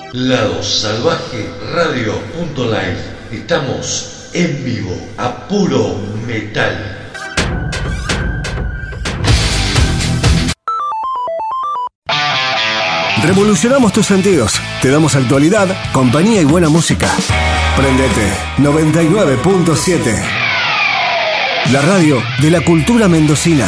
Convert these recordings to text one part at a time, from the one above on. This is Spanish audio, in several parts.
ladosalvajeradio.live. Estamos en vivo a puro metal. Revolucionamos tus sentidos. Te damos actualidad, compañía y buena música. Prendete 99.7. La radio de la cultura mendocina.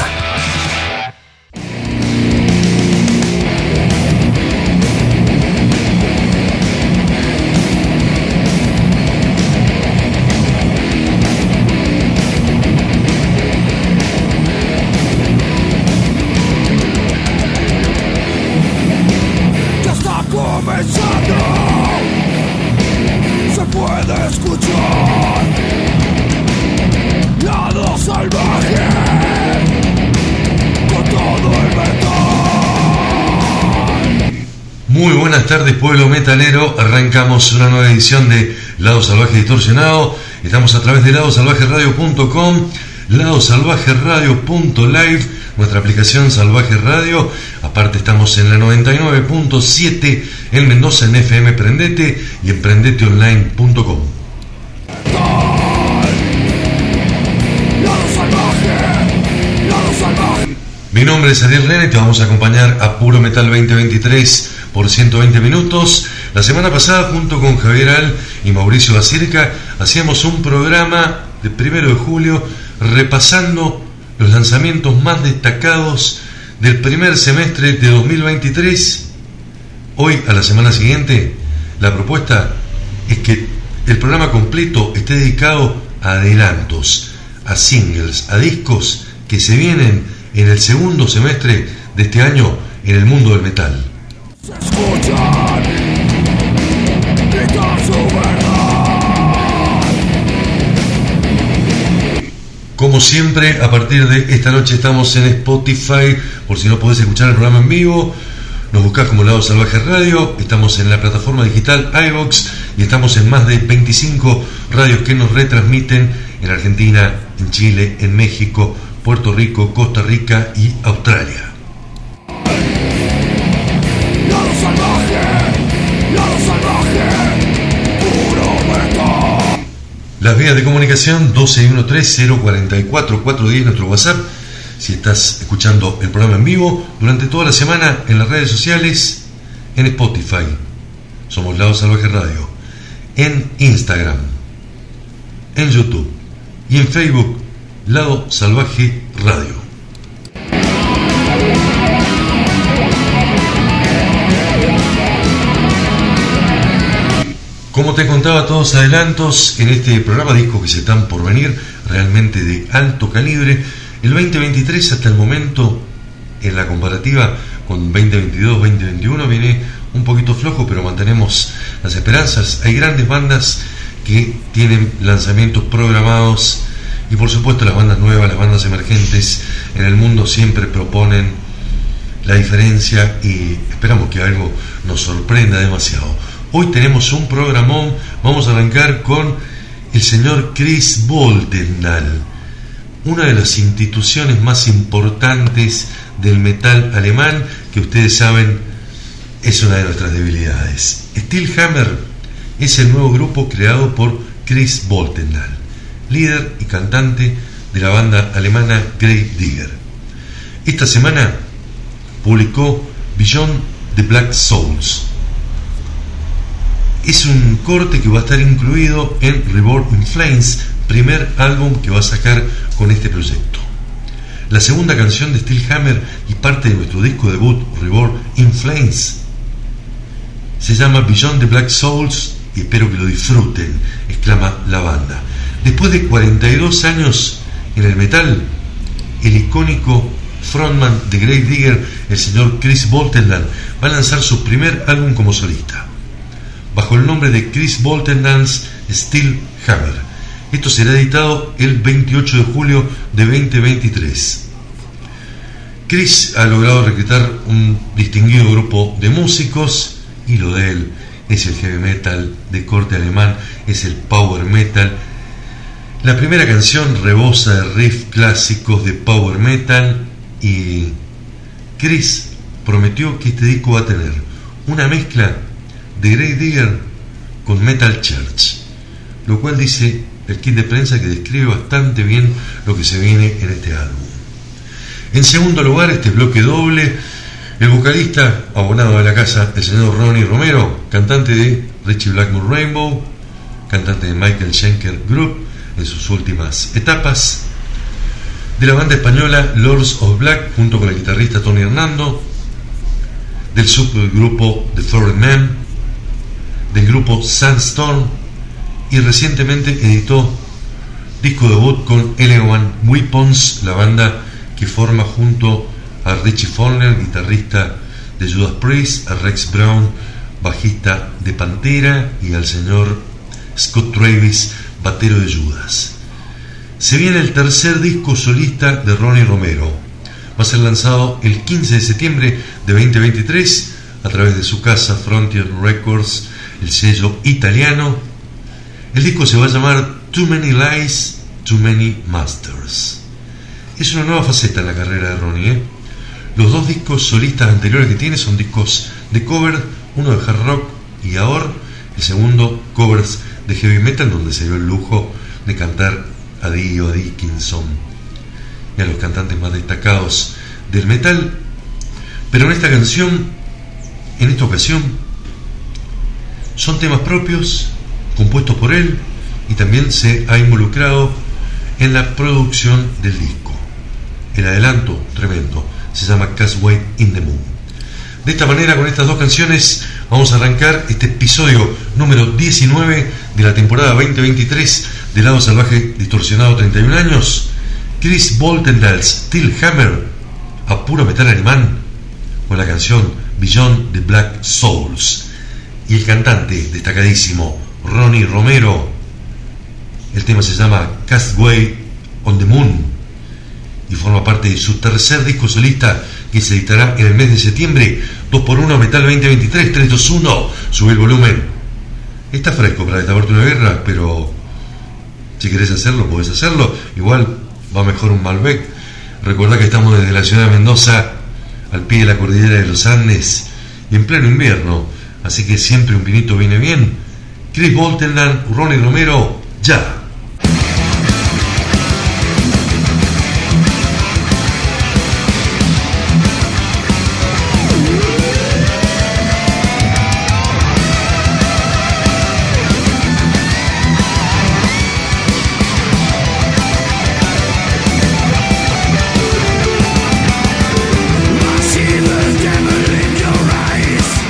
Muy buenas tardes, pueblo metalero. Arrancamos una nueva edición de Lado Salvaje Distorsionado. Estamos a través de ladosalvajeradio.com, ladosalvajeradio.live, nuestra aplicación Salvaje Radio. Aparte estamos en la 99.7 en Mendoza, en FM Prendete y en prendeteonline.com. Mi nombre es Ariel Rene, te vamos a acompañar a Puro Metal 2023 por 120 minutos. La semana pasada, junto con Javier Al y Mauricio Bacirca, hacíamos un programa de 1 de julio repasando los lanzamientos más destacados del primer semestre de 2023. Hoy, a la semana siguiente, la propuesta es que el programa completo esté dedicado a adelantos, a singles, a discos que se vienen en el segundo semestre de este año en el mundo del metal. Como siempre, a partir de esta noche estamos en Spotify, por si no podés escuchar el programa en vivo, nos buscás como Lado Salvaje Radio. Estamos en la plataforma digital iVoox y estamos en más de 25 radios que nos retransmiten en Argentina, en Chile, en México, Puerto Rico, Costa Rica y Australia. Las vías de comunicación 1213-044-410, nuestro WhatsApp. Si estás escuchando el programa en vivo, durante toda la semana en las redes sociales, en Spotify, somos Lado Salvaje Radio, en Instagram, en YouTube y en Facebook, Lado Salvaje Radio. Como te contaba, todos adelantos en este programa, discos que se están por venir, realmente de alto calibre. El 2023 hasta el momento, en la comparativa con 2022-2021, viene un poquito flojo, pero mantenemos las esperanzas. Hay grandes bandas que tienen lanzamientos programados y por supuesto las bandas nuevas, las bandas emergentes en el mundo siempre proponen la diferencia y esperamos que algo nos sorprenda demasiado. Hoy tenemos un programón. Vamos a arrancar con el señor Chris Boltendahl, una de las instituciones más importantes del metal alemán, que ustedes saben es una de nuestras debilidades. Steelhammer es el nuevo grupo creado por Chris Boltendahl, líder y cantante de la banda alemana Gravedigger. Esta semana publicó Beyond the Black Souls. Es un corte que va a estar incluido en Reborn in Flames, primer álbum que va a sacar con este proyecto. La segunda canción de Steelhammer y parte de nuestro disco debut Reborn in Flames se llama Beyond the Black Souls y espero que lo disfruten, exclama la banda. Después de 42 años en el metal, el icónico frontman de Gravedigger, el señor Chris Boltendahl, va a lanzar su primer álbum como solista, bajo el nombre de Chris Boltendahl's Steelhammer. Esto será editado el 28 de julio de 2023. Chris ha logrado reclutar un distinguido grupo de músicos y lo de él es el heavy metal de corte alemán, es el power metal. La primera canción rebosa de riffs clásicos de power metal y Chris prometió que este disco va a tener una mezcla The Grave Digger con Metal Church, lo cual dice el kit de prensa que describe bastante bien lo que se viene en este álbum. En segundo lugar, este bloque doble, el vocalista abonado de la casa, el señor Ronnie Romero, cantante de Ritchie Blackmore Rainbow, cantante de Michael Schenker Group en sus últimas etapas, de la banda española Lords of Black junto con el guitarrista Tony Hernando, del subgrupo The Third Man, del grupo Sandstorm, y recientemente editó disco debut con Elegant Weapons, la banda que forma junto a Richie Follner, guitarrista de Judas Priest, a Rex Brown, bajista de Pantera, y al señor Scott Travis, batero de Judas. Se viene el tercer disco solista de Ronnie Romero. Va a ser lanzado el 15 de septiembre de 2023 a través de su casa Frontier Records, el sello italiano. El disco se va a llamar Too Many Lies, Too Many Masters. Es una nueva faceta en la carrera de Ronnie, Los dos discos solistas anteriores que tiene son discos de cover, uno de hard rock y ahora el segundo covers de heavy metal, donde se dio el lujo de cantar a Dio, a Dickinson y a los cantantes más destacados del metal. Pero en esta canción, en esta ocasión, son temas propios compuestos por él, y también se ha involucrado en la producción del disco. El adelanto tremendo se llama Castaway in the Moon. De esta manera, con estas dos canciones, vamos a arrancar este episodio número 19 de la temporada 2023 de Lado Salvaje Distorsionado 31 años. Chris Boltendal's Steel Hammer, a puro metal alemán, con la canción Beyond the Black Souls, y el cantante destacadísimo Ronnie Romero. El tema se llama Castaway on the Moon y forma parte de su tercer disco solista, que se editará en el mes de septiembre. 2x1 Metal 2023, 3, 2, 1. Sube el volumen. Está fresco para destaparte una guerra, pero si querés hacerlo, podés hacerlo. Igual va mejor un Malbec. Recordá que estamos desde la ciudad de Mendoza, al pie de la cordillera de los Andes, y en pleno invierno, así que siempre un vinito viene bien. Chris Boltendal, Ronnie Romero, ya.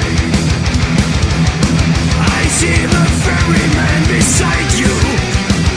See the ferryman beside you.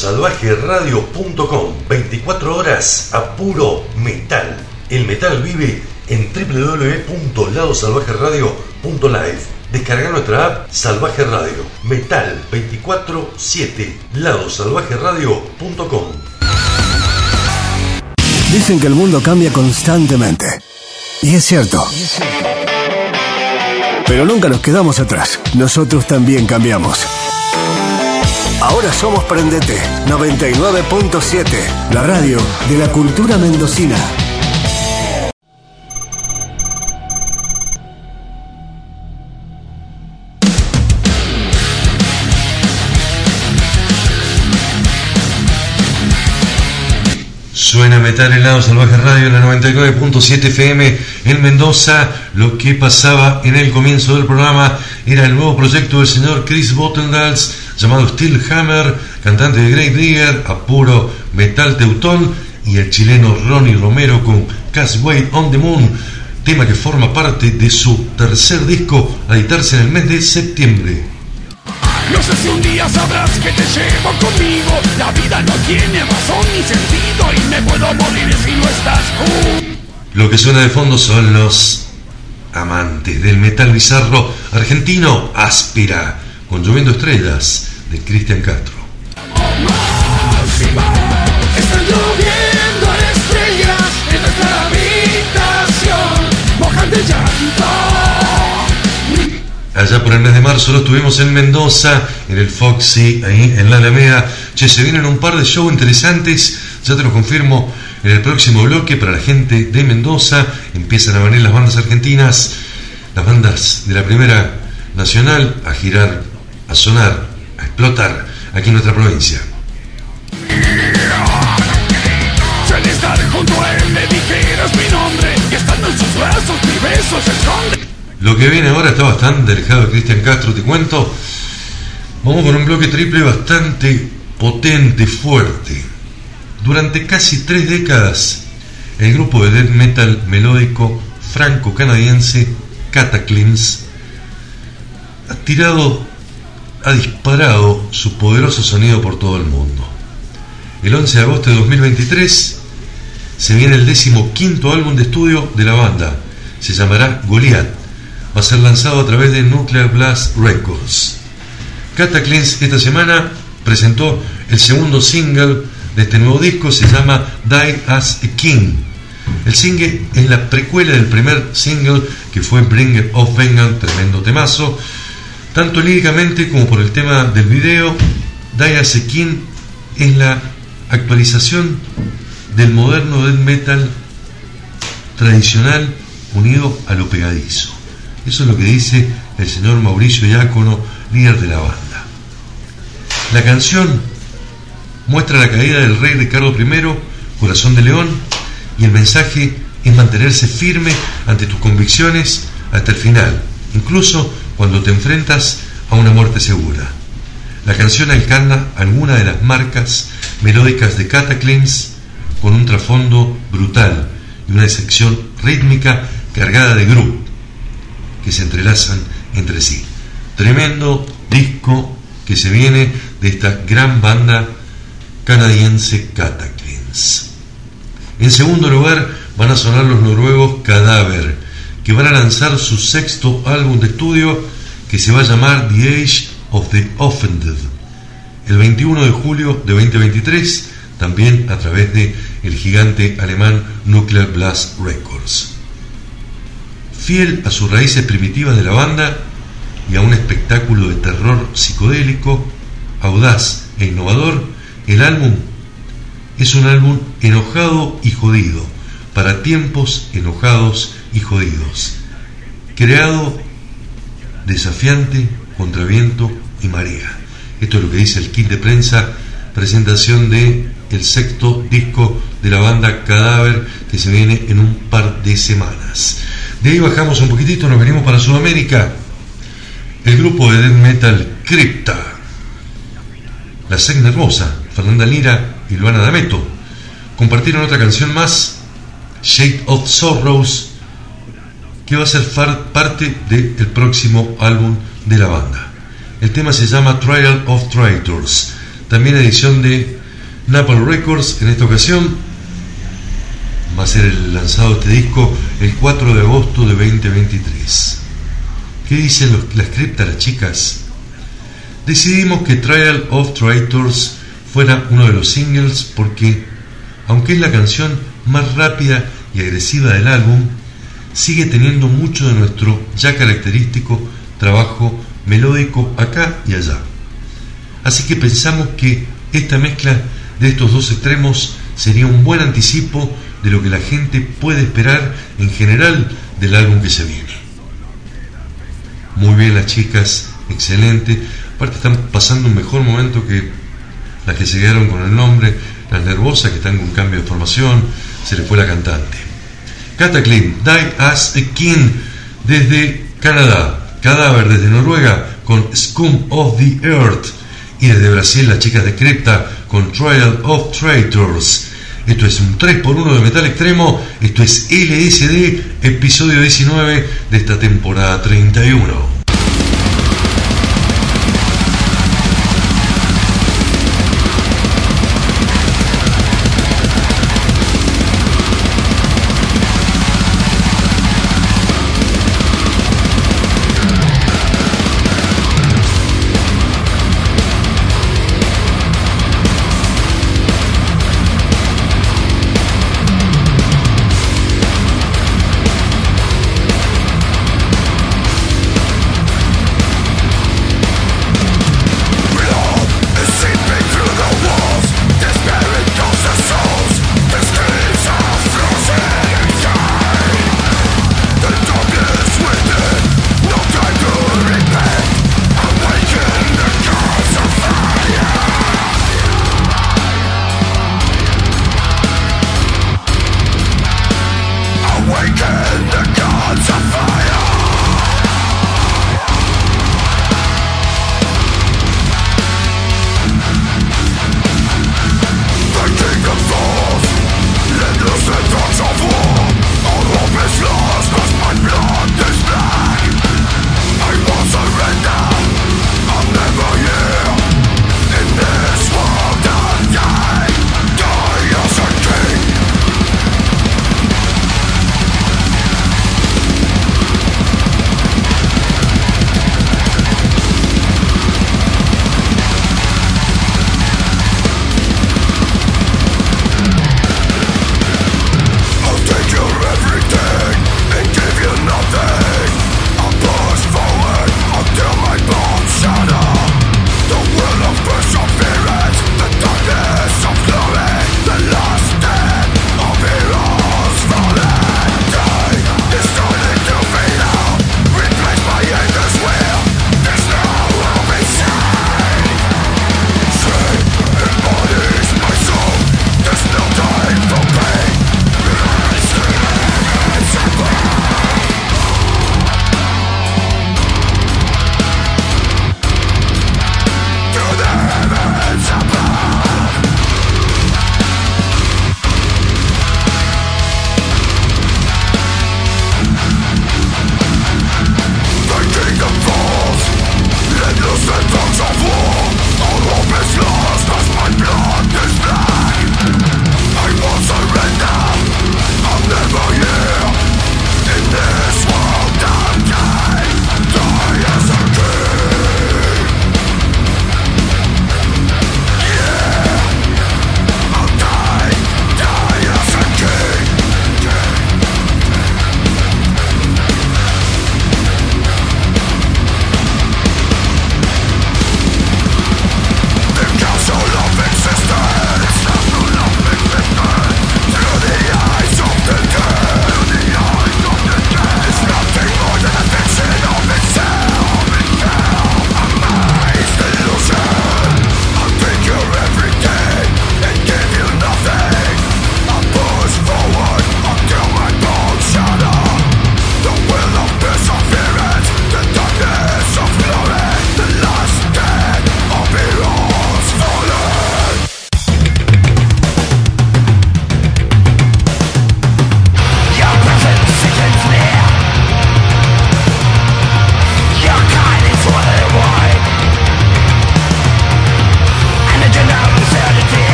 ladosalvajeradio.com. 24 horas a puro metal. El metal vive en www.ladosalvajeradio.live. Descarga nuestra app Salvaje Radio. Metal 24/7. ladosalvajeradio.com. Dicen que el mundo cambia constantemente. Y es cierto. Pero nunca nos quedamos atrás. Nosotros también cambiamos. Ahora somos Prendete 99.7, la radio de la cultura mendocina. Suena metal en Lado Salvaje Radio en la 99.7 FM en Mendoza. Lo que pasaba en el comienzo del programa era el nuevo proyecto del señor Chris Botendals llamado Steel Hammer, cantante de Grave Digger, a puro metal teutón, y el chileno Ronnie Romero con Castaway on the Moon, tema que forma parte de su tercer disco a editarse en el mes de septiembre. No sé si un día sabrás que te llevo conmigo. La vida no tiene razón ni sentido y me puedo morir si no estás tú. Lo que suena de fondo son los amantes del metal bizarro argentino, Áspera, con Lloviendo Estrellas, de Cristian Castro. Están lloviendo estrellas en nuestra habitación, mojan de llanto. Allá por el mes de marzo lo estuvimos en Mendoza, en el Foxy, ahí en la Alameda. Che, se vienen un par de shows interesantes, ya te lo confirmo en el próximo bloque para la gente de Mendoza. Empiezan a venir las bandas argentinas, las bandas de la Primera Nacional, a girar, a sonar, a explotar aquí en nuestra provincia. Si al estar junto a él le dijeras mi nombre y estando en sus brazos mi beso se esconde. Lo que viene ahora está bastante alejado de Cristian Castro, te cuento. Vamos con un bloque triple bastante potente, fuerte. Durante casi 3 décadas, el grupo de death metal melódico franco-canadiense Cataclysm ha disparado su poderoso sonido por todo el mundo. El 11 de agosto de 2023 se viene el 15º álbum de estudio de la banda. Se llamará Goliath. Va a ser lanzado a través de Nuclear Blast Records. Cataclysm esta semana presentó el segundo single de este nuevo disco, se llama Die as a King. El single es la precuela del primer single que fue Bringer of Vengeance, tremendo temazo. Tanto líricamente como por el tema del video, Die as a King es la actualización del moderno death metal tradicional unido a lo pegadizo. Eso es lo que dice el señor Mauricio Diácono, líder de la banda. La canción muestra la caída del rey Ricardo I, Corazón de León, y el mensaje es mantenerse firme ante tus convicciones hasta el final, incluso cuando te enfrentas a una muerte segura. La canción encarna algunas de las marcas melódicas de Cataclysm con un trasfondo brutal y una sección rítmica cargada de groove que se entrelazan entre sí. Tremendo disco que se viene de esta gran banda canadiense Cataclysm. En segundo lugar van a sonar los noruegos Cadáver, que van a lanzar su 6º álbum de estudio que se va a llamar The Age of the Offended el 21 de julio de 2023, también a través de el gigante alemán Nuclear Blast Records. Fiel a sus raíces primitivas de la banda y a un espectáculo de terror psicodélico, audaz e innovador, el álbum es un álbum enojado y jodido, para tiempos enojados y jodidos, creado desafiante contra viento y marea. Esto es lo que dice el kit de prensa, presentación de el 6º disco de la banda Cadáver, que se viene en un par de semanas. De ahí bajamos un poquitito, nos venimos para Sudamérica. El grupo de death metal Crypta, la Sec Nervosa, Fernanda Lira y Luana D'Ameto compartieron otra canción más, Shade of Sorrows, que va a ser parte del próximo álbum de la banda. El tema se llama Trial of Traitors, también edición de Napalm Records. En esta ocasión va a ser el lanzado este disco el 4 de agosto de 2023. ¿Qué dicen las criptas, las chicas? Decidimos que Trial of Traitors fuera uno de los singles porque, aunque es la canción más rápida y agresiva del álbum, sigue teniendo mucho de nuestro ya característico trabajo melódico acá y allá. Así que pensamos que esta mezcla de estos dos extremos sería un buen anticipo de lo que la gente puede esperar en general del álbum que se viene. Muy bien las chicas, excelente. Aparte están pasando un mejor momento que las que se quedaron con el nombre, las nervosas que están con cambio de formación, se le fue la cantante. Cataclysm, Die as a King desde Canadá, Cadáver desde Noruega con Scum of the Earth y desde Brasil las chicas de Crypta con Trial of Traitors. Esto es un 3x1 de metal extremo, esto es LSD, episodio 19 de esta temporada 31.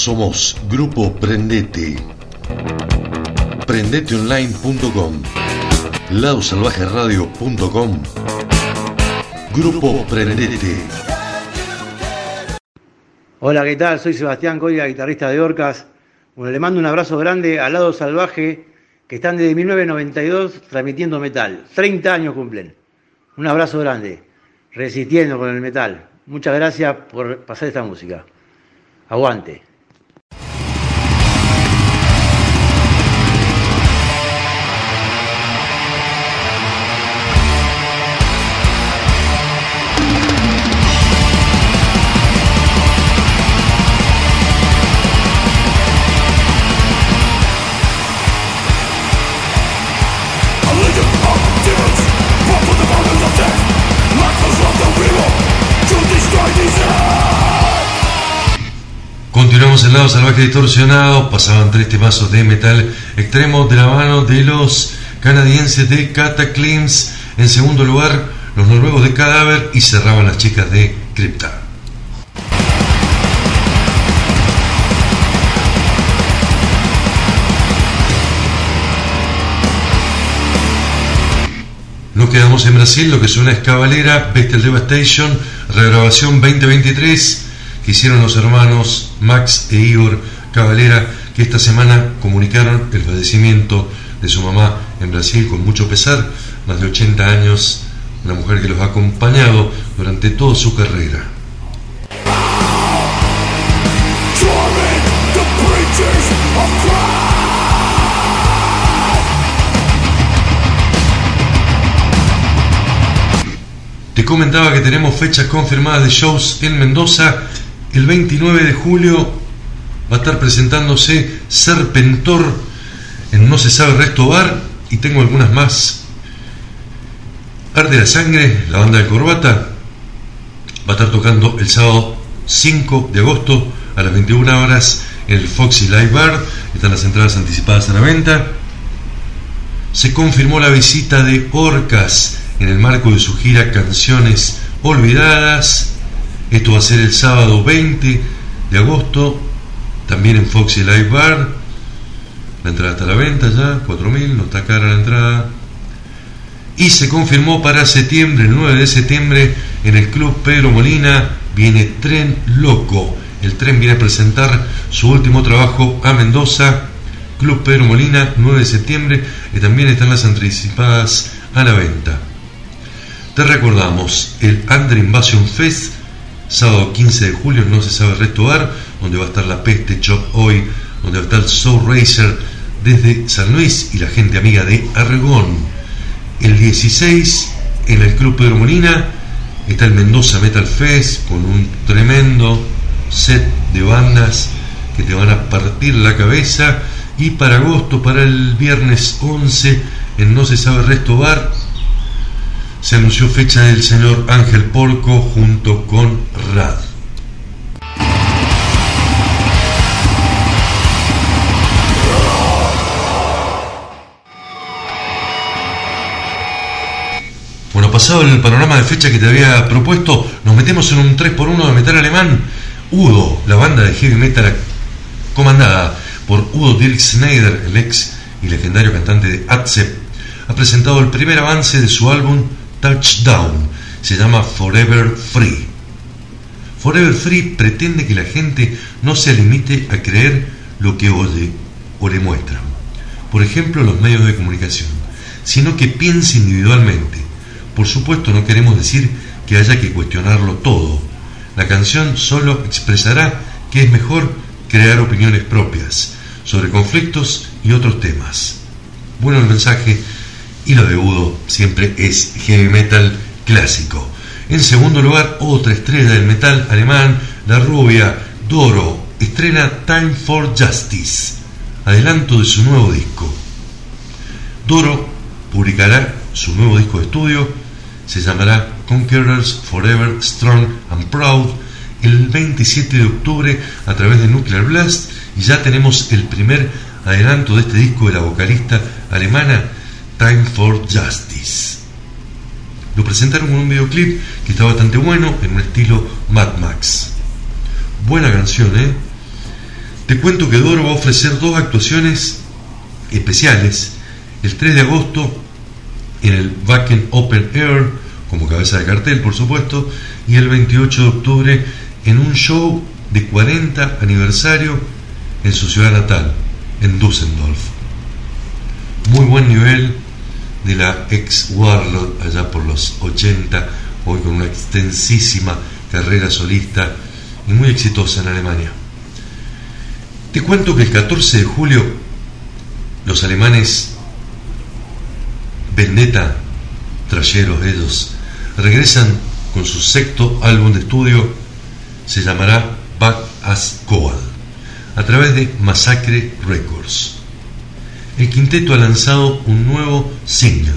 Somos Grupo Prendete. Prendeteonline.com, ladosalvajeradio.com. Grupo Prendete. Hola, ¿qué tal? Soy Sebastián Coria, guitarrista de Orcas. Bueno, le mando un abrazo grande a Lado Salvaje, que están desde 1992 transmitiendo metal. 30 años cumplen. Un abrazo grande, resistiendo con el metal. Muchas gracias por pasar esta música. Aguante. Continuamos en Lado Salvaje Distorsionado. Pasaban 3 temazos de metal extremo de la mano de los canadienses de Cataclysm. En segundo lugar, los noruegos de Cadáver, y cerraban las chicas de Crypta. Nos quedamos en Brasil. Lo que suena es Cavalera, Bestial Devastation, regrabación 2023, que hicieron los hermanos Max e Igor Cavalera, que esta semana comunicaron el fallecimiento de su mamá en Brasil con mucho pesar, más de 80 años, una mujer que los ha acompañado durante toda su carrera. Te comentaba que tenemos fechas confirmadas de shows en Mendoza. El 29 de julio va a estar presentándose Serpentor en No Se Sabe Resto Bar, y tengo algunas más. Arde la Sangre, la banda de Corbata, va a estar tocando el sábado 5 de agosto a las 21 horas en el Foxy Live Bar. Están las entradas anticipadas a la venta. Se confirmó la visita de Orcas en el marco de su gira Canciones Olvidadas. Esto va a ser el sábado 20 de agosto, también en Foxy Live Bar. La entrada está a la venta ya, 4.000, no está cara la entrada. Y se confirmó para septiembre, el 9 de septiembre, en el Club Pedro Molina, viene Tren Loco. El Tren viene a presentar su último trabajo a Mendoza. Club Pedro Molina, 9 de septiembre, y también están las anticipadas a la venta. Te recordamos el Under Invasion Fest, sábado 15 de julio, No Se Sabe Resto Bar, donde va a estar La Peste, Chop Hoy, donde va a estar Soul Racer desde San Luis y la gente amiga de Aragón. El 16, en el Club Pedro Molina, está el Mendoza Metal Fest, con un tremendo set de bandas que te van a partir la cabeza. Y para agosto, para el viernes 11, en No Se Sabe Resto Bar, se anunció fecha del señor Ángel Porco junto con Rad. Bueno, pasado el panorama de fecha que te había propuesto, nos metemos en un 3x1 de metal alemán. Udo, la banda de heavy metal comandada por Udo Dirk Schneider, el ex y legendario cantante de Accept, ha presentado el primer avance de su álbum Touchdown. Se llama Forever Free. Forever Free pretende que la gente no se limite a creer lo que oye o le muestran, por ejemplo los medios de comunicación, sino que piense individualmente. Por supuesto, no queremos decir que haya que cuestionarlo todo. La canción solo expresará que es mejor crear opiniones propias sobre conflictos y otros temas. Bueno, el mensaje, y lo de Udo siempre es heavy metal clásico. En segundo lugar, otra estrella del metal alemán, la rubia Doro, estrena Time for Justice, adelanto de su nuevo disco. Doro publicará su nuevo disco de estudio, se llamará Conquerors Forever Strong and Proud, el 27 de octubre a través de Nuclear Blast, y ya tenemos el primer adelanto de este disco de la vocalista alemana Time for Justice. Lo presentaron con un videoclip que está bastante bueno, en un estilo Mad Max. Buena canción, Te cuento que Doro va a ofrecer 2 actuaciones especiales, el 3 de agosto en el Wacken Open Air, como cabeza de cartel por supuesto, y el 28 de octubre en un show de 40 aniversario en su ciudad natal, en Düsseldorf. Muy buen nivel de la ex Warlord allá por los 80, hoy con una extensísima carrera solista y muy exitosa en Alemania. Te cuento que el 14 de julio los alemanes Vendetta, tralleros ellos, regresan con su 6º álbum de estudio, se llamará Back as Gold, a través de Massacre Records. El quinteto ha lanzado un nuevo single.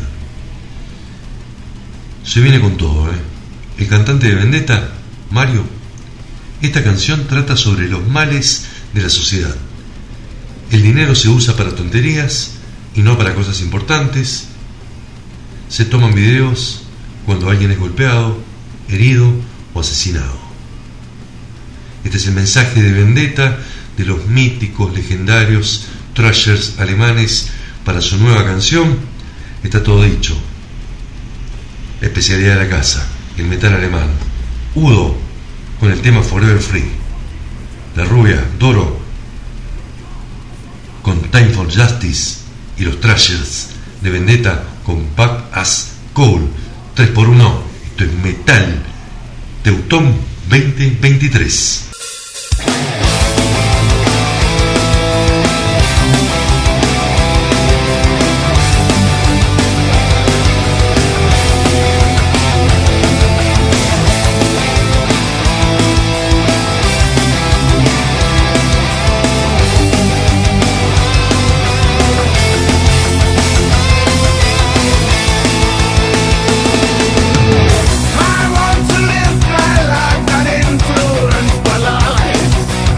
Se viene con todo, El cantante de Vendetta, Mario, esta canción trata sobre los males de la sociedad. El dinero se usa para tonterías y no para cosas importantes. Se toman videos cuando alguien es golpeado, herido o asesinado. Este es el mensaje de Vendetta, de los míticos, legendarios thrashers alemanes para su nueva canción. Está todo dicho. Especialidad de la casa, el metal alemán. Udo con el tema Forever Free. La rubia, Doro, con Time for Justice, y los thrashers de Vendetta con Back as Gold. 3x1. Esto es Metal Teutón 2023. I want to live my life not influenced by lies.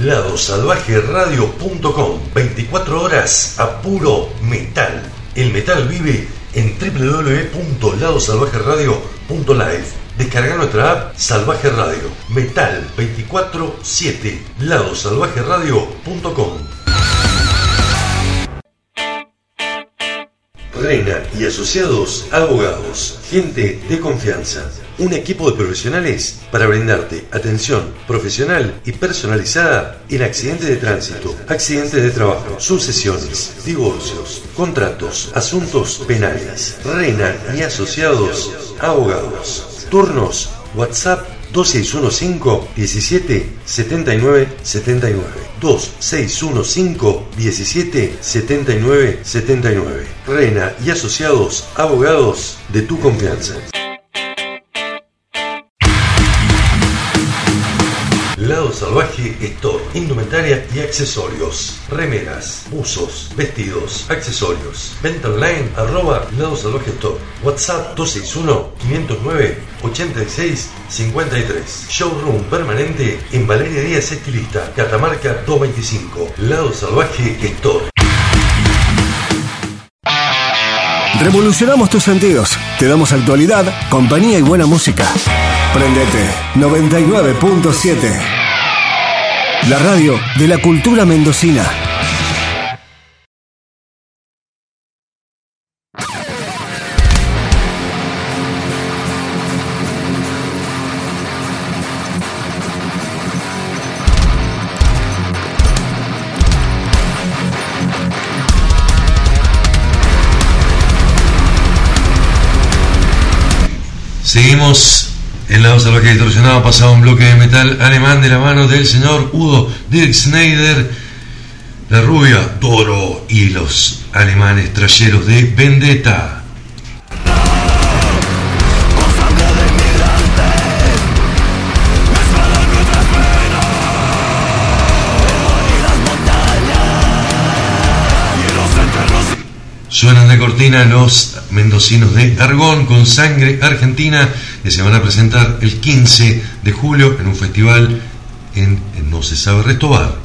ladosalvajeradio.com. 24 horas a puro metal. El metal vive en www.ladosalvajeradio.live. Descarga nuestra app Salvaje Radio. Metal 24/7. ladosalvajeradio.com. Rena y Asociados Abogados. Gente de confianza. Un equipo de profesionales para brindarte atención profesional y personalizada en accidentes de tránsito, accidentes de trabajo, sucesiones, divorcios, contratos, asuntos penales. Rena y Asociados Abogados. Turnos WhatsApp 2615 17 79 79. 2615 17 79 79. Rena y Asociados Abogados de tu confianza. Lado Salvaje Store, indumentaria y accesorios, remeras, buzos, vestidos, accesorios. Venta online @Lado Salvaje Store. WhatsApp 261-509-8653. Showroom permanente en Valeria Díaz Estilista, Catamarca 225. Lado Salvaje Store. Revolucionamos tus sentidos. Te damos actualidad, compañía y buena música. Prendete 99.7. La radio de la cultura mendocina. Seguimos en Lado Salvaje Distorsionado, pasado un bloque de metal alemán de la mano del señor Udo Dirk Schneider, la rubia Doro y los alemanes trayeros de Vendetta. Suenan de cortina los mendocinos de Argón con Sangre Argentina, que se van a presentar el 15 de julio en un festival en No Se Sabe Restobar.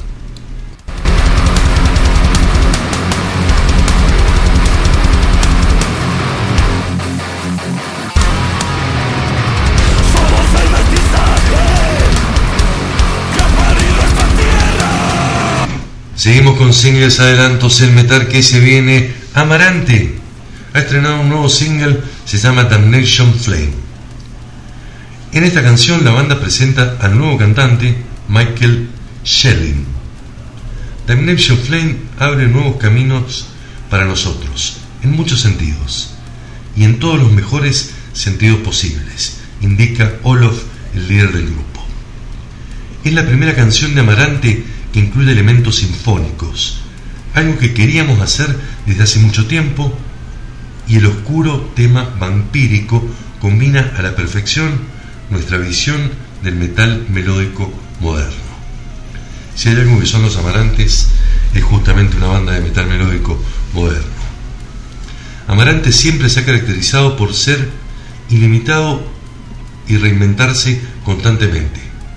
Seguimos con singles adelantos. El metal que se viene. Amarante ha estrenado un nuevo single, se llama Damnation Flame. En esta canción la banda presenta al nuevo cantante Michael Schelling. Damnation Flame abre nuevos caminos para nosotros, en muchos sentidos, y en todos los mejores sentidos posibles, indica Olof, el líder del grupo. Es la primera canción de Amarante que incluye elementos sinfónicos, algo que queríamos hacer desde hace mucho tiempo, y el oscuro tema vampírico combina a la perfección nuestra visión del metal melódico moderno. Si hay algo que son los Amarantes, es justamente una banda de metal melódico moderno. Amarante siempre se ha caracterizado por ser ilimitado y reinventarse constantemente.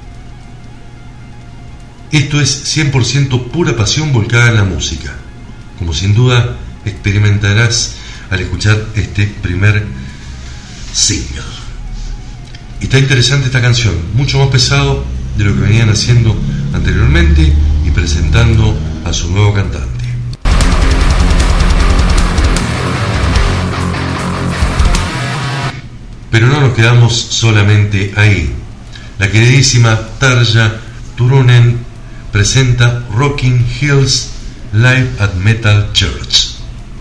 Esto es 100% pura pasión volcada en la música, como sin duda experimentarás al escuchar este primer single. Y está interesante esta canción, mucho más pesado de lo que venían haciendo anteriormente y presentando a su nuevo cantante. Pero no nos quedamos solamente ahí. La queridísima Tarja Turunen presenta Rocking Hills Live at Metal Church.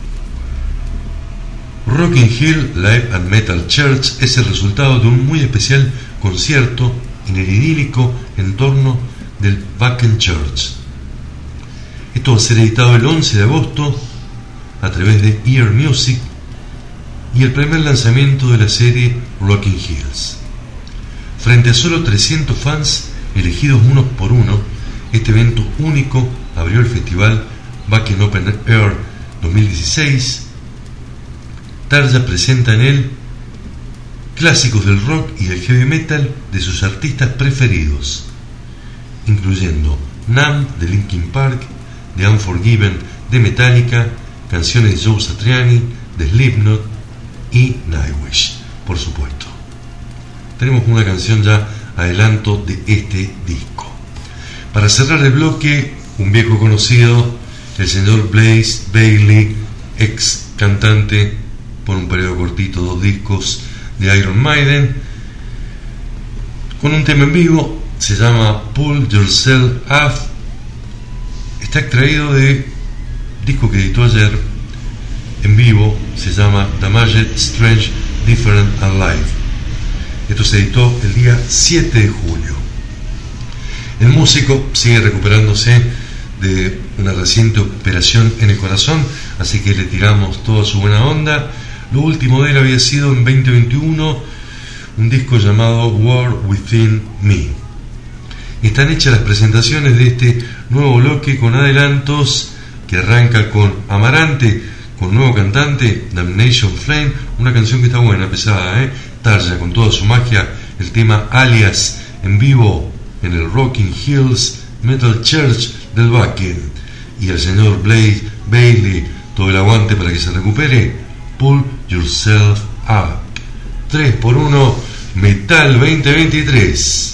Rocking Hill Live at Metal Church es el resultado de un muy especial concierto en el idílico entorno del Wacken Church. Esto va a ser editado el 11 de agosto a través de Ear Music y el primer lanzamiento de la serie Rocking Hills. Frente a solo 300 fans elegidos uno por uno, este evento único abrió el festival Wacken Open Air 2016. Tarja presenta en él clásicos del rock y del heavy metal de sus artistas preferidos. incluyendo Numb de Linkin Park, The Unforgiven de Metallica, canciones de Joe Satriani, de Slipknot y Nightwish, por supuesto. Tenemos una canción ya adelanto de este disco. Para cerrar el bloque, un viejo conocido, el señor Blaze Bayley, ex cantante por un periodo cortito, 2 discos de Iron Maiden, con un tema en vivo, se llama Pull Yourself Up. Está extraído de disco que editó ayer en vivo, se llama Damaged, Strange, Different and Live. Esto se editó el día 7 de julio. El músico sigue recuperándose de una reciente operación en el corazón, así que le tiramos toda su buena onda. Lo último de él había sido en 2021 un disco llamado War Within Me. Están hechas las presentaciones de este nuevo bloque con adelantos que arranca con Amarante, con nuevo cantante, Damnation Flame, una canción que está buena, pesada, Tarja con toda su magia, el tema Alias en vivo en el Rocking Hills Metal Church del Wacken, y el señor Blaze Bayley, todo el aguante para que se recupere. Pull Yourself Up. 3x1 Metal 2023.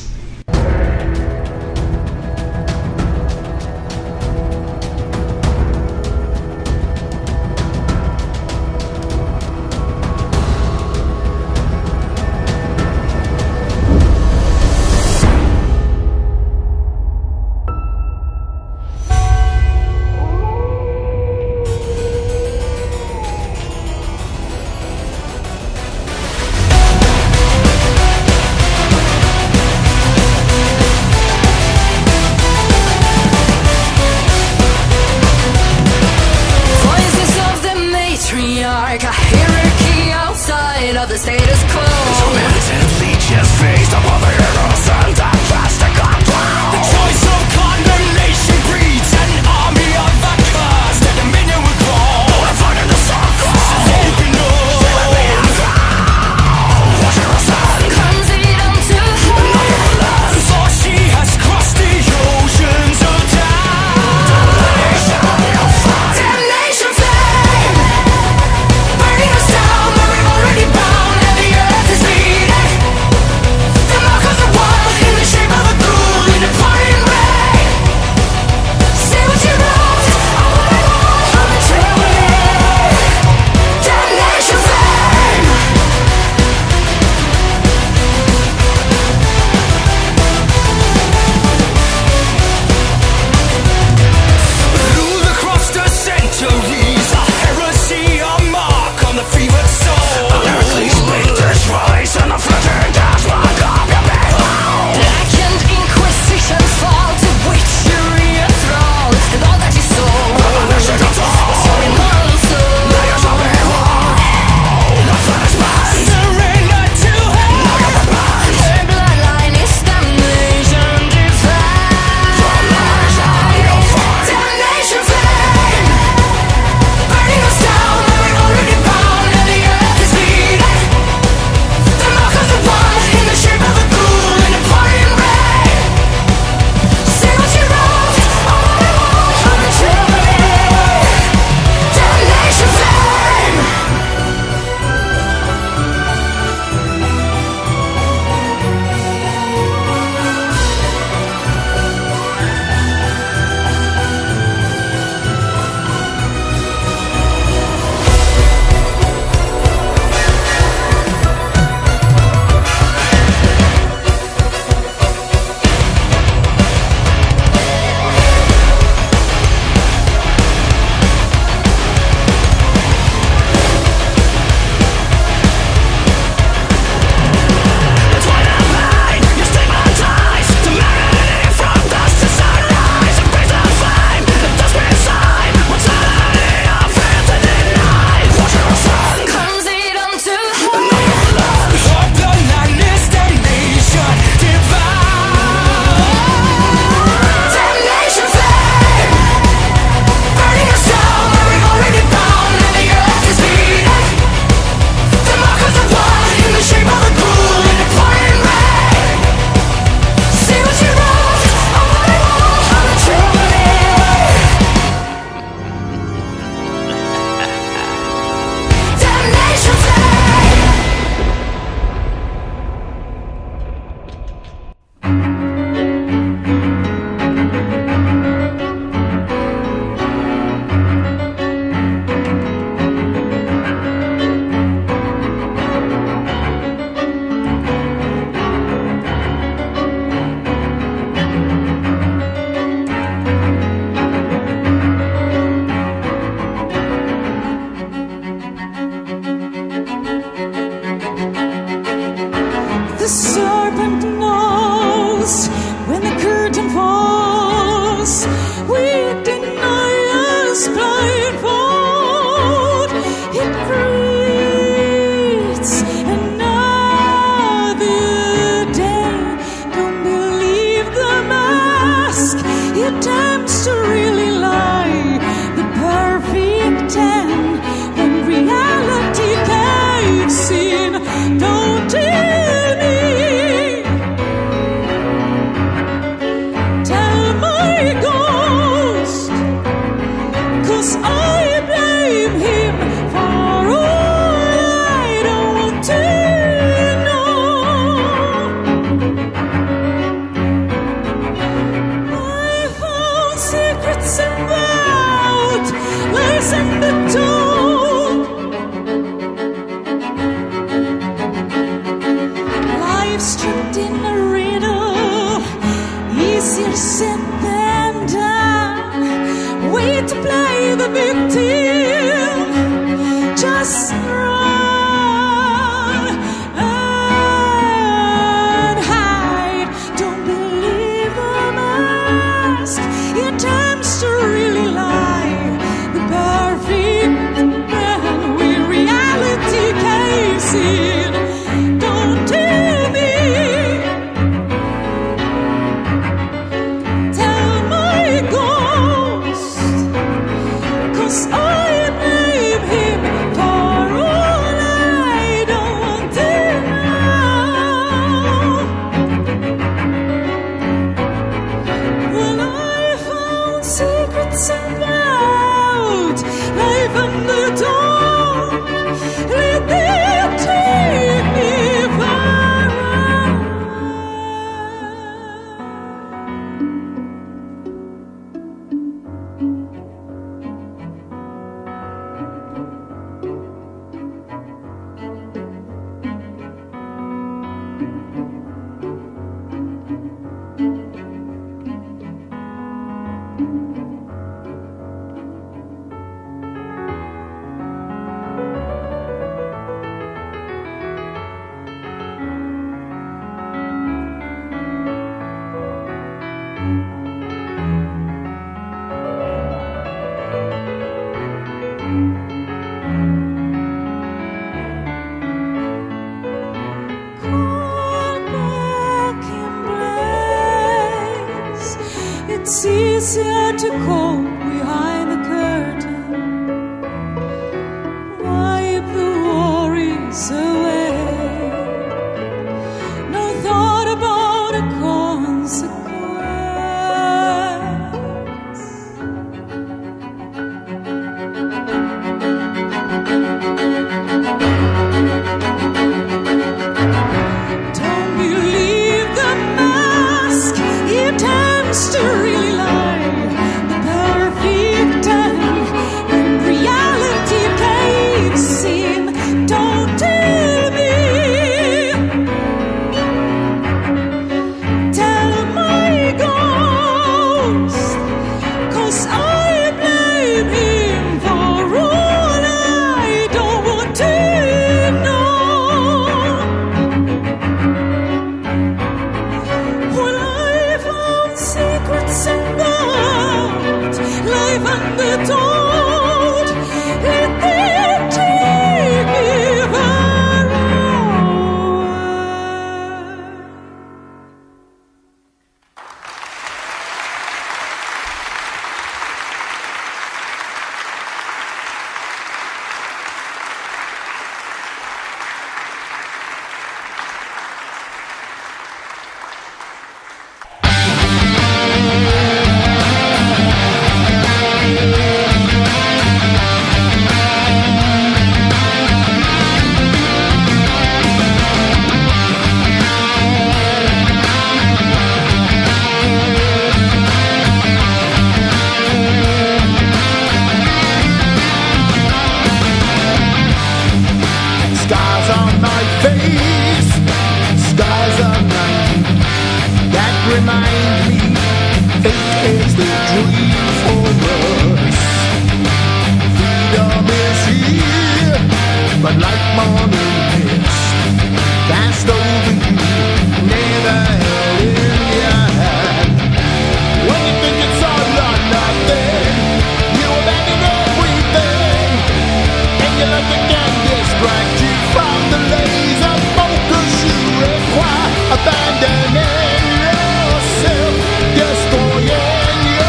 Abandoning yourself, destroying your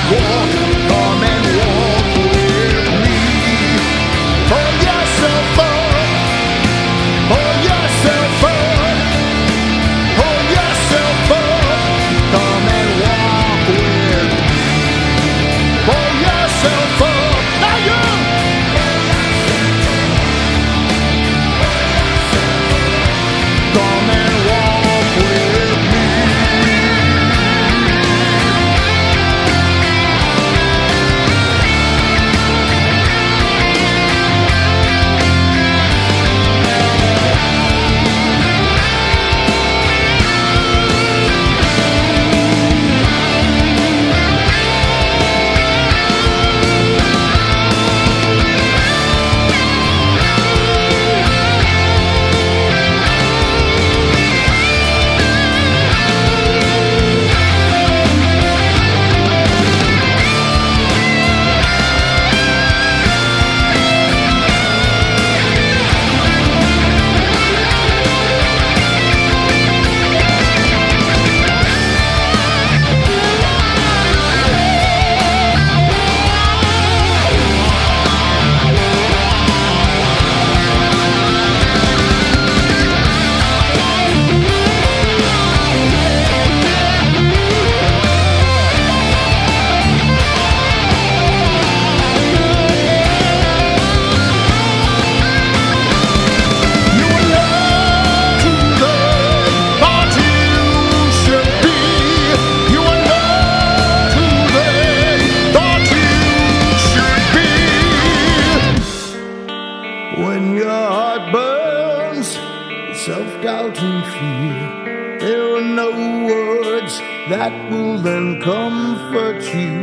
walk, come and walk with me. Pull yourself up, pull yourself up, pull yourself up, come and walk with me. Pull yourself up, now you. Come and walk with me. When your heart burns, self-doubt and fear, there are no words that will then comfort you.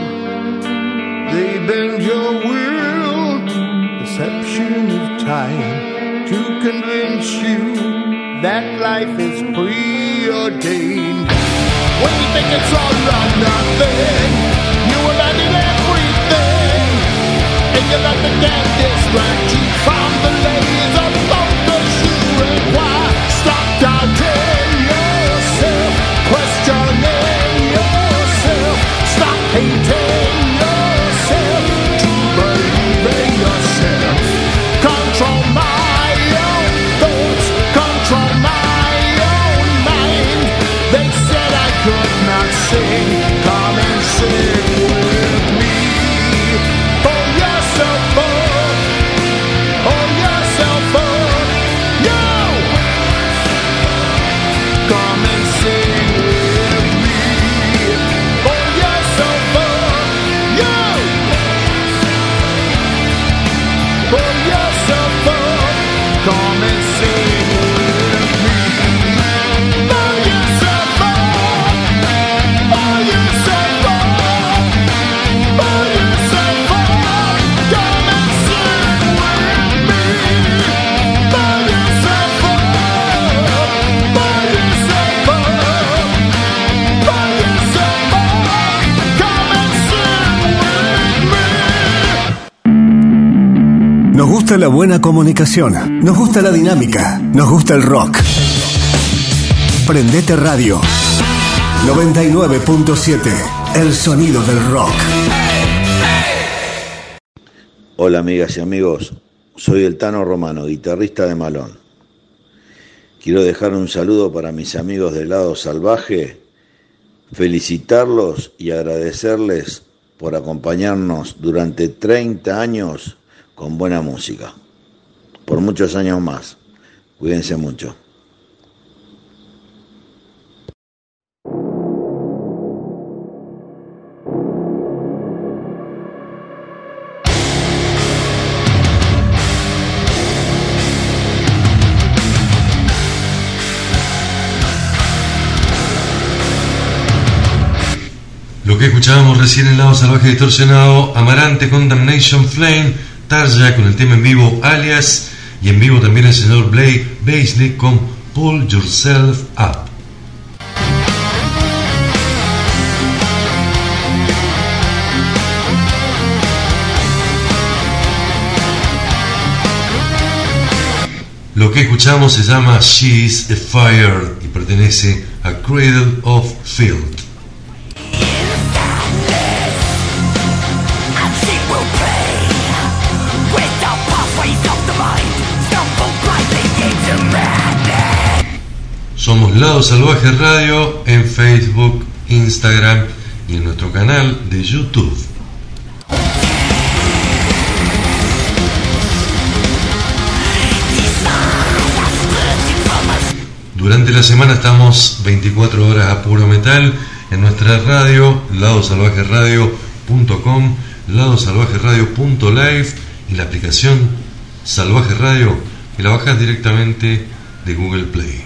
They bend your will, deception of time, to convince you that life is preordained. When you think it's all or nothing, you abandon everything, and you let the game distract you from the laser focus you require. Stop doubting yourself, questioning yourself, stop hating yourself, to believe in yourself. Control my own thoughts, control my own mind. They said I could not sing, come and sing with me. Pull yourself up, pull yourself up, yo! Come and sing with me. Pull yourself up, yo! Pull yourself up, come and sing with me. Pull yourself up, pull yourself up, pull yourself up, come and sing with me. Pull yourself up, pull yourself up, pull yourself up, come and sing with me. Nos gusta la buena comunicación, nos gusta la dinámica, nos gusta el rock. Prendete Radio 99.7, el sonido del rock. Hola amigas y amigos, soy el Tano Romano, guitarrista de Malón. Quiero dejar un saludo para mis amigos del Lado Salvaje, felicitarlos y agradecerles por acompañarnos durante 30 años con buena música. Por muchos años más. Cuídense mucho. Lo que escuchábamos recién en Lado Salvaje Distorsionado, Amarante con Damnation Flame, Tarja con el tema en vivo Alias, y en vivo también el señor Blake Baisley con Pull Yourself Up. Lo que escuchamos se llama She's a Fire y pertenece a Cradle of Filth. In sadness Somos Lado Salvaje Radio en Facebook, Instagram y en nuestro canal de YouTube. Durante la semana estamos 24 horas a puro metal en nuestra radio, ladosalvajeradio.com, ladosalvajeradio.live y la aplicación Salvaje Radio, que la bajas directamente de Google Play.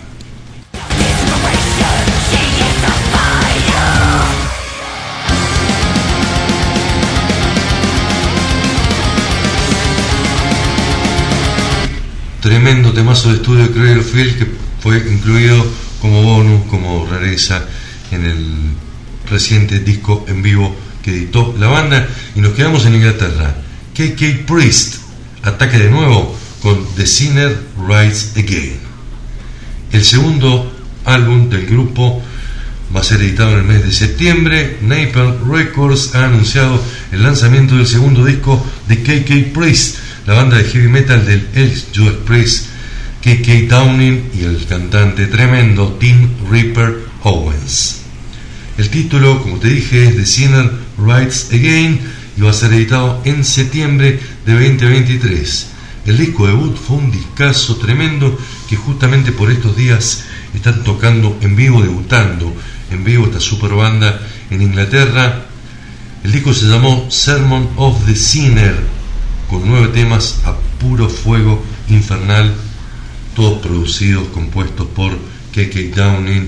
Tremendo temazo de estudio de Cradle of Filth que fue incluido como bonus, como rareza en el reciente disco en vivo que editó la banda. Y nos quedamos en Inglaterra. KK Priest ataca de nuevo con The Sinner Rides Again. El segundo álbum del grupo va a ser editado en el mes de septiembre. Napalm Records ha anunciado el lanzamiento del segundo disco de KK Priest, la banda de heavy metal del ex Judas Priest, KK Downing, y el cantante tremendo Tim Reaper Owens. El título, como te dije, es The Sinner Rides Again y va a ser editado en septiembre de 2023. El disco debut fue un discazo tremendo que justamente por estos días están tocando en vivo, debutando en vivo esta super banda en Inglaterra. El disco se llamó Sermon of the Sinner, con 9 temas a puro fuego infernal, todos producidos, compuestos por KK Downing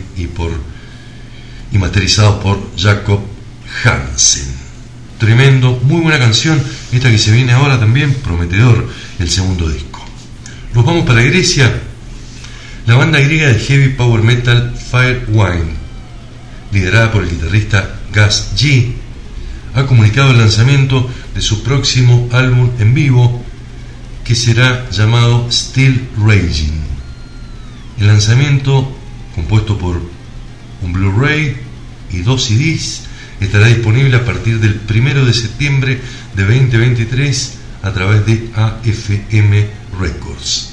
y masterizados por Jacob Hansen. Tremendo, muy buena canción, esta que se viene ahora también, prometedor, el segundo disco. Nos vamos para Grecia. La banda griega de heavy power metal Firewind, liderada por el guitarrista Gus G, ha comunicado el lanzamiento de su próximo álbum en vivo, que será llamado Still Raging. El lanzamiento, compuesto por un Blu-ray y 2 CDs, estará disponible a partir del 1 de septiembre de 2023 a través de AFM Records.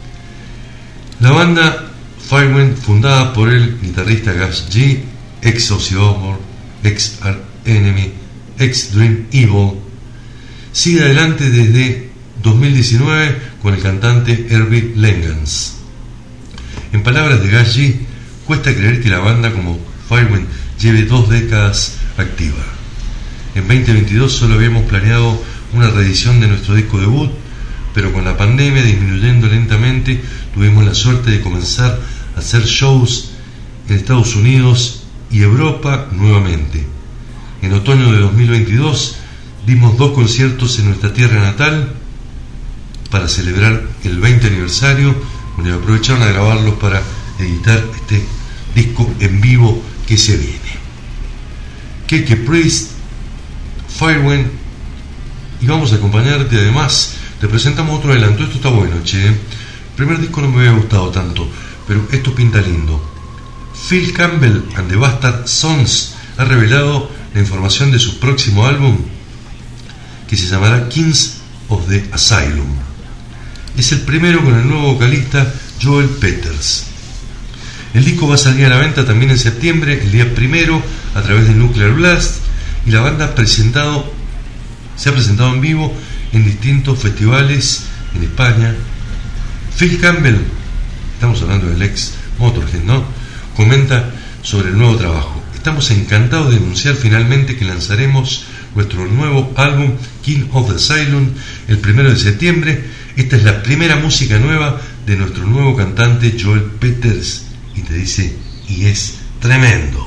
La banda Firewind, fundada por el guitarrista Gus G, ex Ozzy Osbourne, ex Enemy, ex Dream Evil, sigue adelante desde 2019 con el cantante Herbie Lengans. En palabras de Gus G, cuesta creer que la banda como Firewind lleve 2 décadas activa. En 2022 solo habíamos planeado una reedición de nuestro disco debut, pero con la pandemia disminuyendo lentamente, tuvimos la suerte de comenzar a hacer shows en Estados Unidos y Europa nuevamente. En otoño de 2022 dimos 2 conciertos en nuestra tierra natal para celebrar el 20 aniversario, donde aprovecharon a grabarlos para editar este disco en vivo que se viene. KK Priest, Firewind, y vamos a acompañarte. Además te presentamos otro adelanto. Esto está bueno, che. El primer disco no me había gustado tanto, pero esto pinta lindo. Phil Campbell and the Bastard Sons ha revelado la información de su próximo álbum, que se llamará Kings of the Asylum. Es el primero con el nuevo vocalista Joel Peters. El disco va a salir a la venta también en septiembre, el día 1, a través de Nuclear Blast, y la banda se ha presentado en vivo en distintos festivales en España. Phil Campbell, estamos hablando del ex Motorhead, ¿no?, comenta sobre el nuevo trabajo. Estamos encantados de anunciar finalmente que lanzaremos nuestro nuevo álbum King of the Asylum el 1 de septiembre. Esta es la primera música nueva de nuestro nuevo cantante Joel Peters, y te dice, y es tremendo.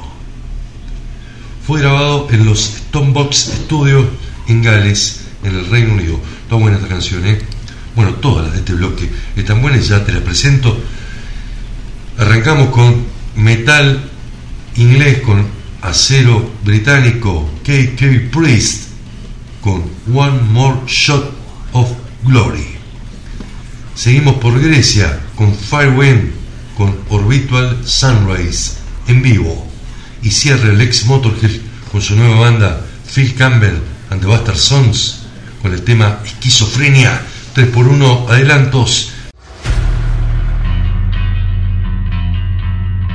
Fue grabado en los Stonebox Studios en Gales, en el Reino Unido. Está buena esta canción, ¿eh? Bueno, todas las de este bloque están buenas, ya te las presento. Arrancamos con metal inglés, con acero británico, KK Priest, con One More Shot of Glory. Seguimos por Grecia con Firewind, con Orbital Sunrise en vivo, y cierra el ex Motorhead con su nueva banda Phil Campbell and the Bastard Sons con el tema Esquizofrenia. 3x1 adelantos.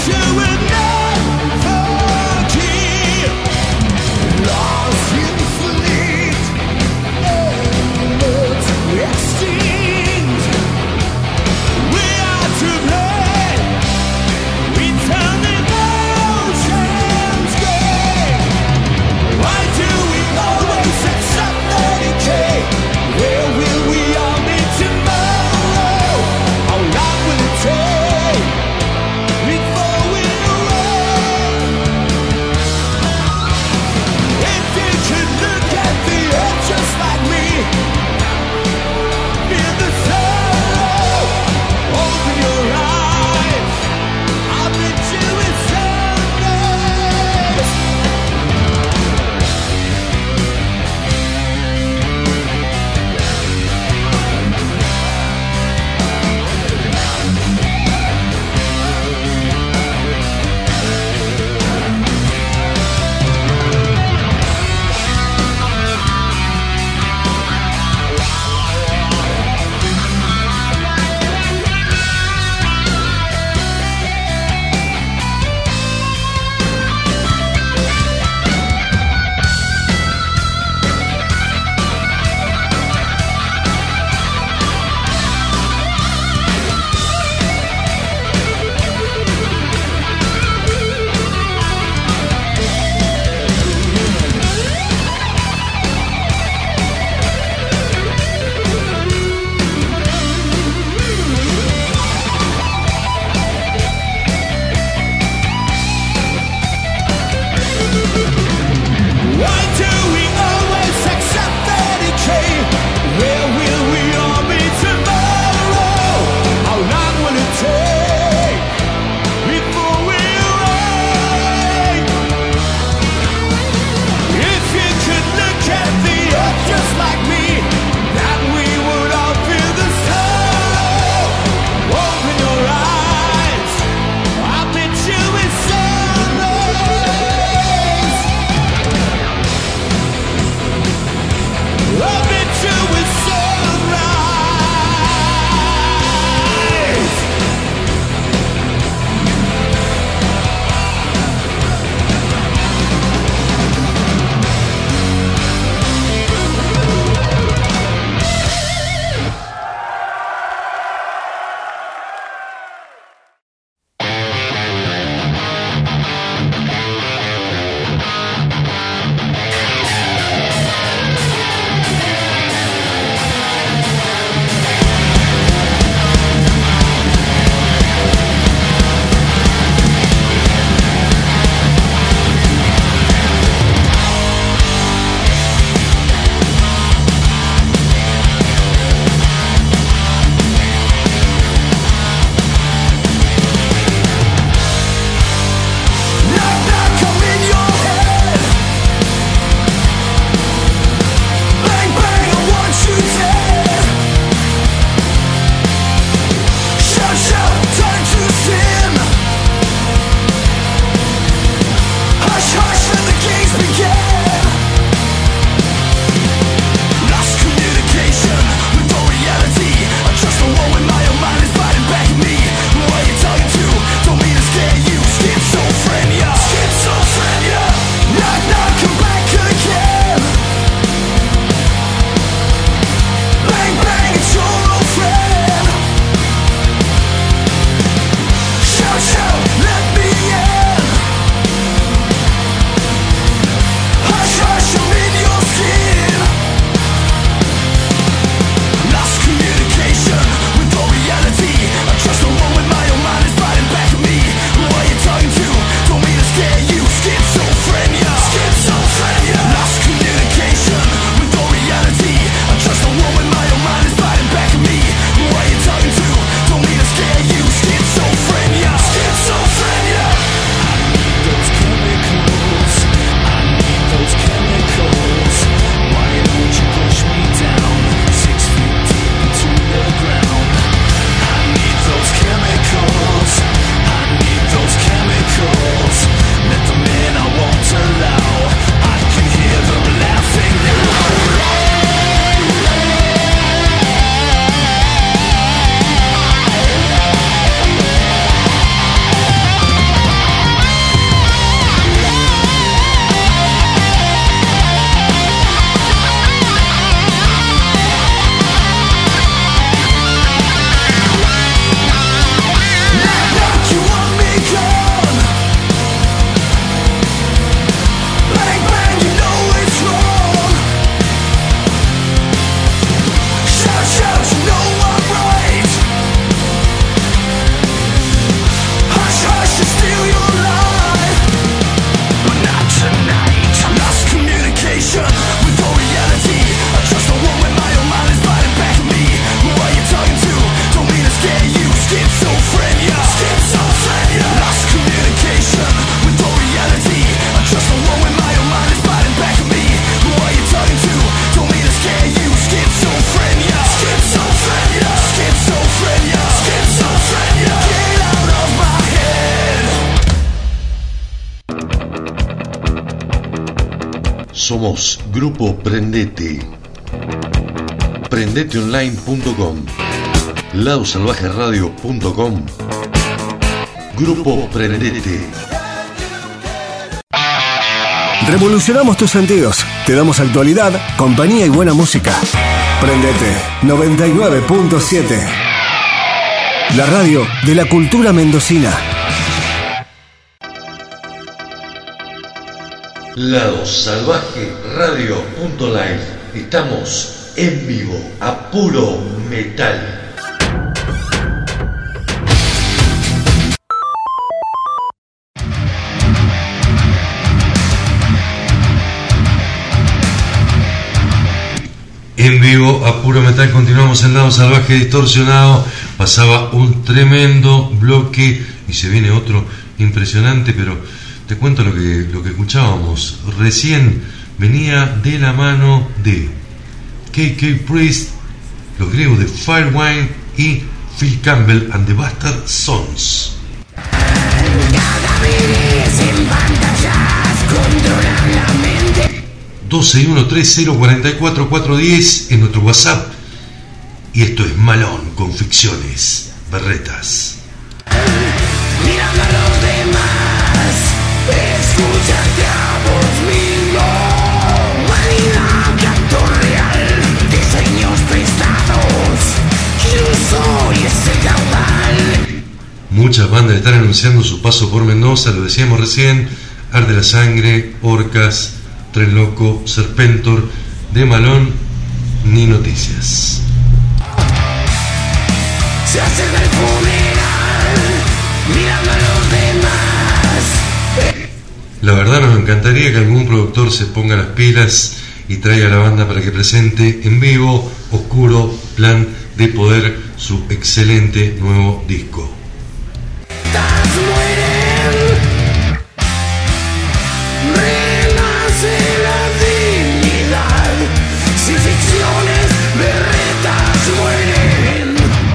Before we Somos Grupo Prendete. Prendeteonline.com, ladosalvajeradio.com. Grupo Prendete. Revolucionamos tus sentidos. Te damos actualidad, compañía y buena música. Prendete 99.7. La radio de la cultura mendocina. Ladosalvajeradio.live. Estamos en vivo a puro metal. En vivo a puro metal, continuamos en Lado Salvaje Distorsionado. Pasaba un tremendo bloque y se viene otro impresionante, pero te cuento lo que escuchábamos. Recién venía de la mano de KK Priest, los griegos de Firewind y Phil Campbell and the Bastard Sons. 1213044410 en nuestro WhatsApp. Y esto es Malón con Ficciones Berretas. Mirando a los demás, escúchate a vos mismo. Humanidad de actor real, diseños prestados. Yo soy ese caudal. Muchas bandas están anunciando su paso por Mendoza, lo decíamos recién. Arde la Sangre, Orcas, Tren Loco, Serpentor, de Malón, ni noticias. Se acerca el funeral, mirando a los demás. La verdad nos encantaría que algún productor se ponga las pilas y traiga a la banda para que presente en vivo Oscuro Plan de Poder, su excelente nuevo disco. Mueren, renace la dignidad. Sin ficciones, berretas mueren.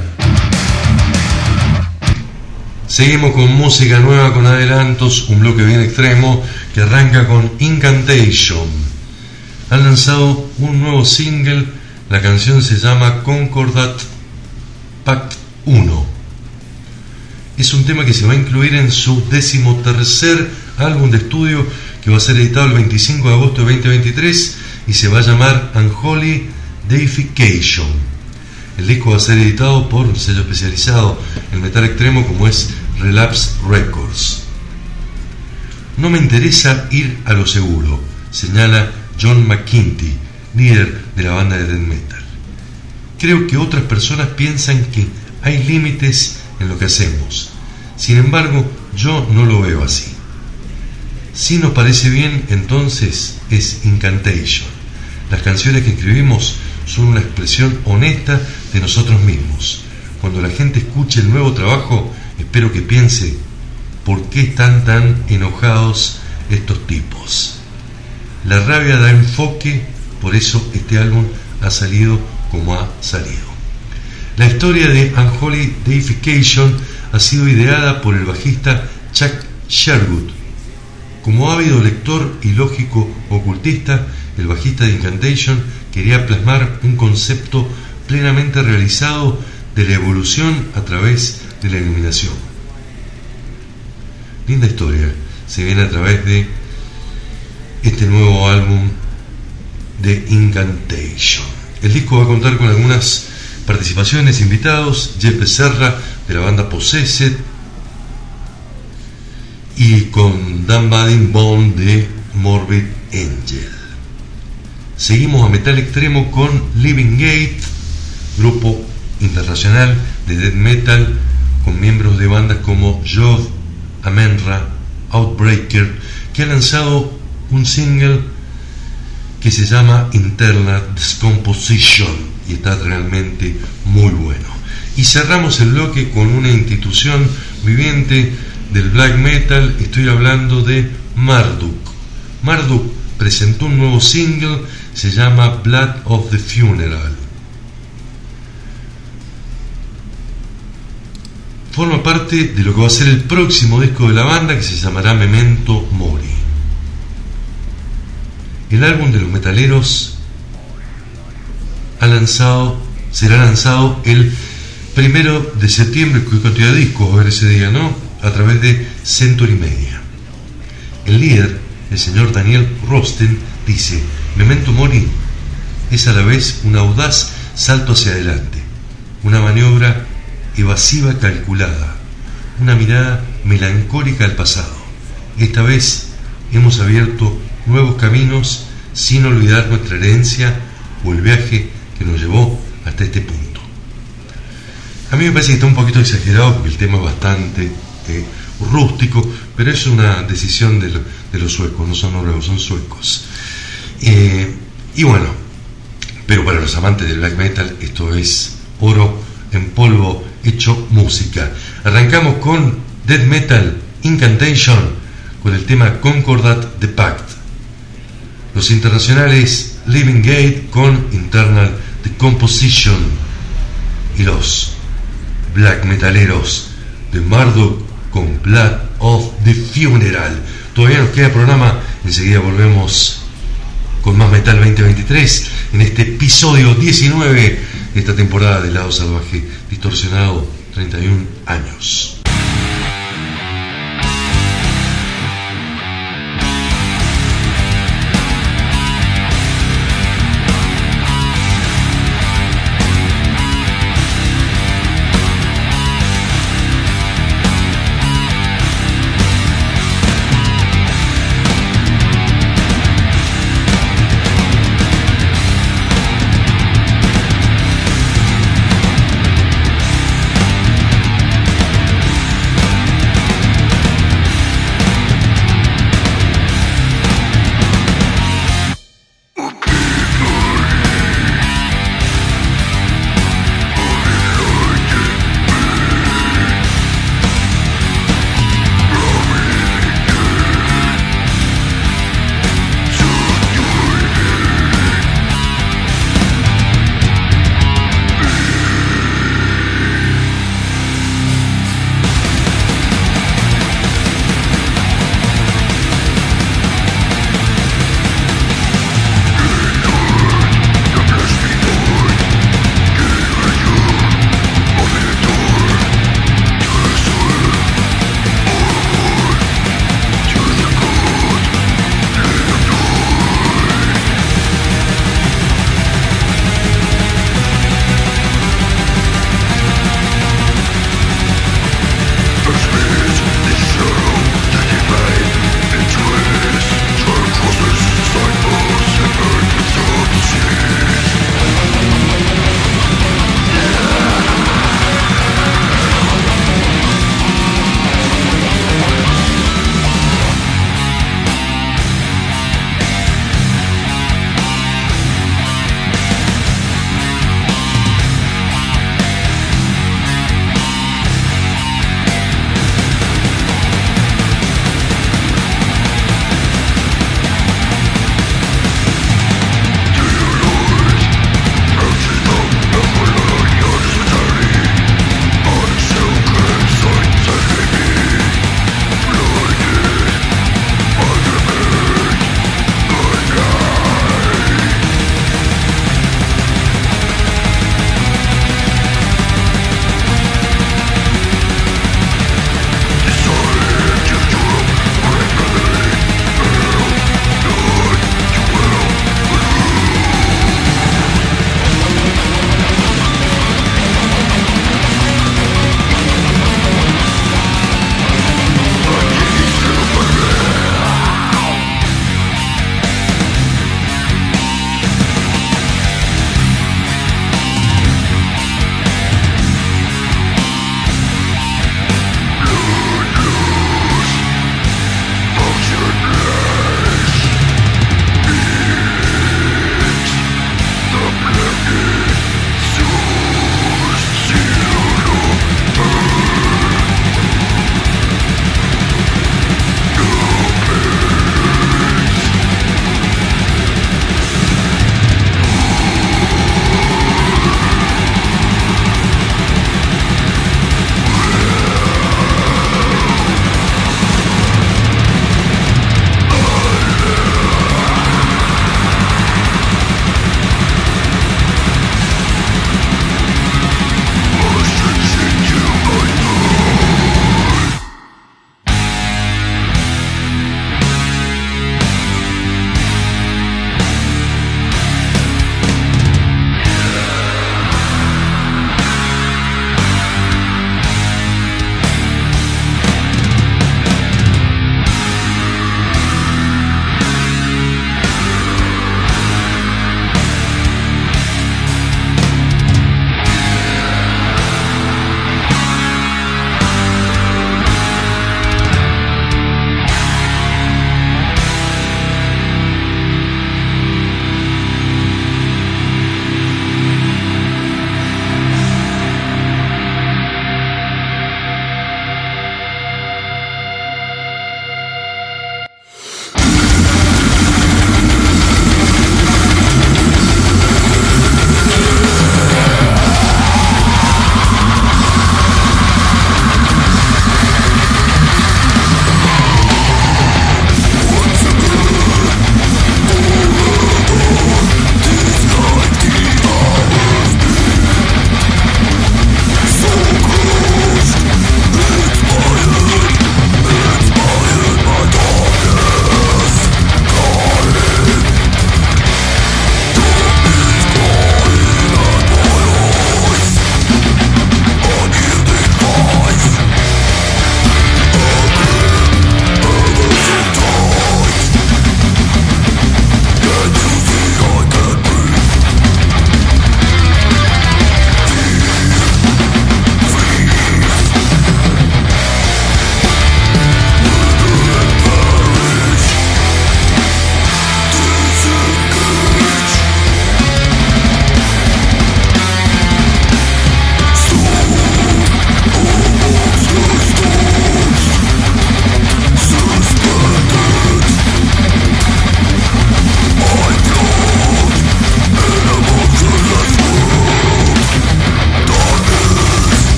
Seguimos con música nueva, con adelantos, un bloque bien extremo que arranca con Incantation. Han lanzado un nuevo single, la canción se llama Concordat Pact 1. Es un tema que se va a incluir en su 13º álbum de estudio, que va a ser editado el 25 de agosto de 2023 y se va a llamar Unholy Deification. El disco va a ser editado por un sello especializado en metal extremo como es Relapse Records. No me interesa ir a lo seguro, señala John McKinty, líder de la banda de death metal. Creo que otras personas piensan que hay límites en lo que hacemos. Sin embargo, yo no lo veo así. Si nos parece bien, entonces es Incantation. Las canciones que escribimos son una expresión honesta de nosotros mismos. Cuando la gente escuche el nuevo trabajo, espero que piense, ¿por qué están tan enojados estos tipos? La rabia da enfoque, por eso este álbum ha salido como ha salido. La historia de Unholy Deification ha sido ideada por el bajista Chuck Sherwood. Como ávido lector y lógico ocultista, el bajista de Incantation quería plasmar un concepto plenamente realizado de la evolución a través de la iluminación. Linda historia se viene a través de este nuevo álbum de Incantation. El disco va a contar con algunas participaciones, invitados: Jeff Becerra de la banda Possessed y con Dan Baden-Bond de Morbid Angel. Seguimos a metal extremo con Living Gate, grupo internacional de death metal con miembros de bandas como Jod, Amenra, Outbreaker, que ha lanzado un single que se llama Internal Discomposition y está realmente muy bueno. Y cerramos el bloque con una institución viviente del black metal. Estoy hablando de Marduk. Marduk presentó un nuevo single, se llama Blood of the Funeral. Forma parte de lo que va a ser el próximo disco de la banda, que se llamará Memento Mori. el álbum de los metaleros será lanzado el 1 de septiembre, que cantidad de discos va a haber ese día, ¿no? A través de Century Media. El líder, el señor Daniel Rosten, dice: Memento Mori es a la vez un audaz salto hacia adelante, una maniobra evasiva calculada, una mirada melancólica al pasado. Esta vez hemos abierto nuevos caminos sin olvidar nuestra herencia o el viaje que nos llevó hasta este punto. A mí me parece que está un poquito exagerado porque el tema es bastante rústico, pero es una decisión de los suecos, no son noruegos, son suecos. Y bueno, pero para los amantes del black metal esto es oro en polvo hecho música. Arrancamos con Death Metal Incantation, con el tema Concordat the Pact. Los internacionales Living Gate con Internal Decomposition, y los black metaleros de Marduk con Blood of the Funeral. Todavía nos queda programa, enseguida volvemos con más Metal 2023 en este episodio 19 de esta temporada de Lado Salvaje Distorsionado, 31 años.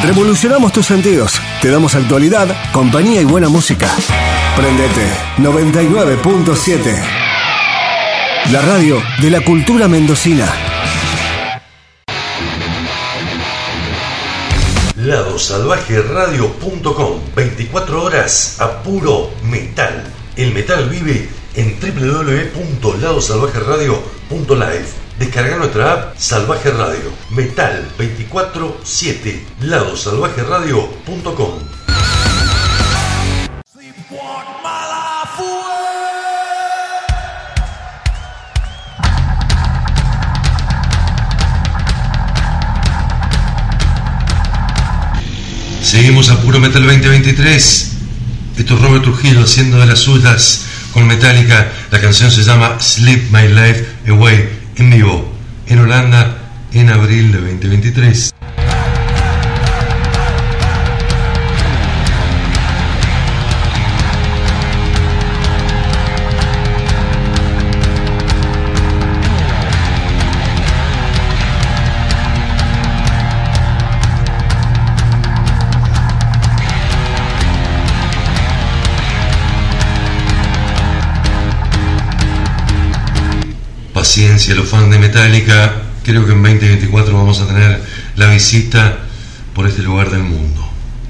Revolucionamos tus sentidos. Te damos actualidad, compañía y buena música. Prendete 99.7. La radio de la cultura mendocina. Ladosalvajeradio.com. 24 horas a puro metal. El metal vive en www.ladosalvajeradio.live. Descarga nuestra app Salvaje Radio. Metal 24/7. Ladosalvajeradio.com. Seguimos a Puro Metal 2023. Esto es Robert Trujillo haciendo de las suyas con Metallica. La canción se llama Sleep My Life Away, en vivo en Holanda en abril de 2023. Paciencia, los fans de Metallica, creo que en 2024 vamos a tener la visita por este lugar del mundo.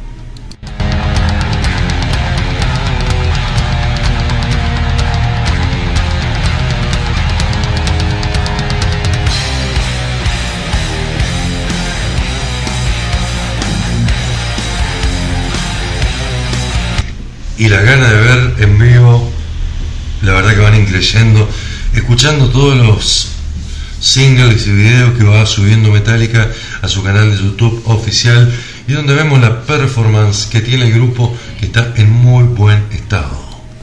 Y las ganas de ver en vivo, la verdad que van increyendo. Escuchando todos los singles y videos que va subiendo Metallica a su canal de YouTube oficial, y donde vemos la performance que tiene el grupo, que está en muy buen estado.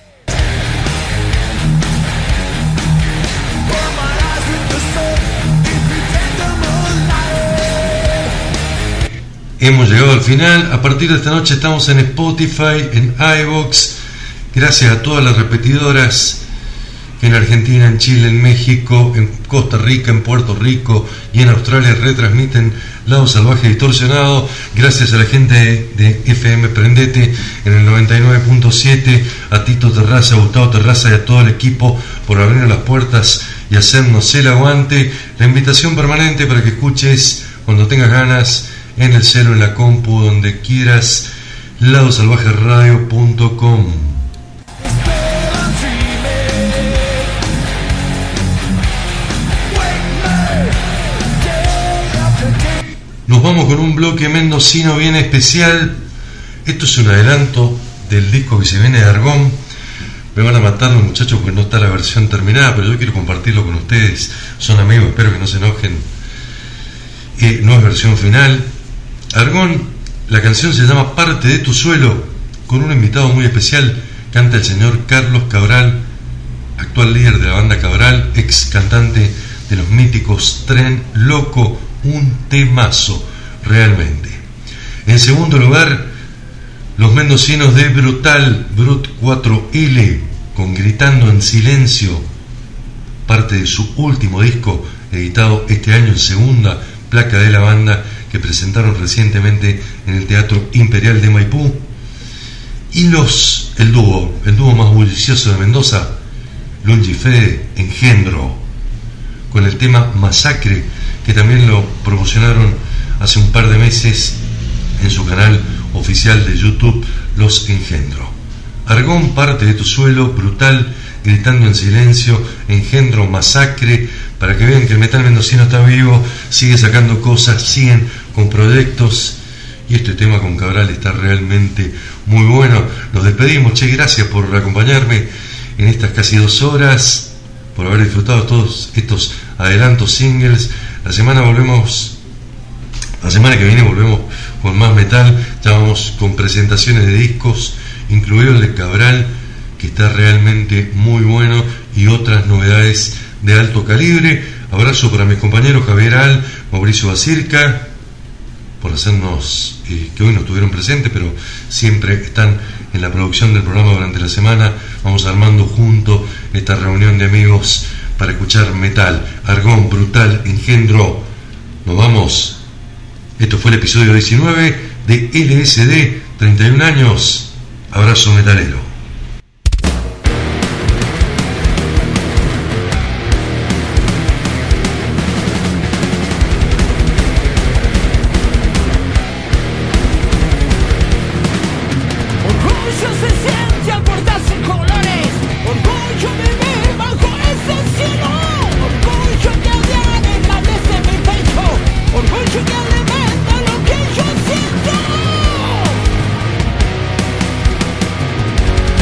Hemos llegado al final. A partir de esta noche estamos en Spotify, en iVoox, gracias a todas las repetidoras en Argentina, en Chile, en México, en Costa Rica, en Puerto Rico y en Australia retransmiten Lado Salvaje Distorsionado. Gracias a la gente de FM Prendete en el 99.7, a Tito Terraza, a Gustavo Terraza y a todo el equipo por abrir las puertas y hacernos el aguante. La invitación permanente para que escuches cuando tengas ganas, en el celu, en la compu, donde quieras, ladosalvajeradio.com. Nos vamos con un bloque mendocino bien especial. Esto es un adelanto del disco que se viene de Argón. Me van a matar los muchachos porque no está la versión terminada, pero yo quiero compartirlo con ustedes. Son amigos, espero que no se enojen. No es versión final. Argón, la canción se llama Parte de tu suelo, con un invitado muy especial. Canta el señor Carlos Cabral, actual líder de la banda Cabral, ex cantante de los míticos Tren Loco. Un temazo, realmente. En segundo lugar, los mendocinos de Brutal, Brut 4L, con Gritando en Silencio, parte de su último disco, editado este año en segunda placa de la banda, que presentaron recientemente en el Teatro Imperial de Maipú. Y el dúo más bullicioso de Mendoza, Lungifede, Engendro, con el tema Masacre, que también lo promocionaron hace un par de meses en su canal oficial de YouTube, Los Engendro. Argón, Parte de tu suelo, Brutal, Gritando en Silencio, Engendro, Masacre, para que vean que el metal mendocino está vivo, sigue sacando cosas, siguen con proyectos, y este tema con Cabral está realmente muy bueno. Nos despedimos, gracias por acompañarme en estas casi 2 horas, por haber disfrutado todos estos adelantos singles. La semana que viene volvemos con más metal, ya vamos con presentaciones de discos, incluido el de Cabral, que está realmente muy bueno, y otras novedades de alto calibre. Abrazo para mis compañeros Javier Al, Mauricio Bacirca, por hacernos, que hoy no estuvieron presentes, pero siempre están en la producción del programa durante la semana. Vamos armando junto esta reunión de amigos para escuchar metal. Argón, Brutal, Engendro. Nos vamos. Esto fue el episodio 19 de LSD, 31 años, abrazo metalero. Orgullo que alimenta lo que yo siento.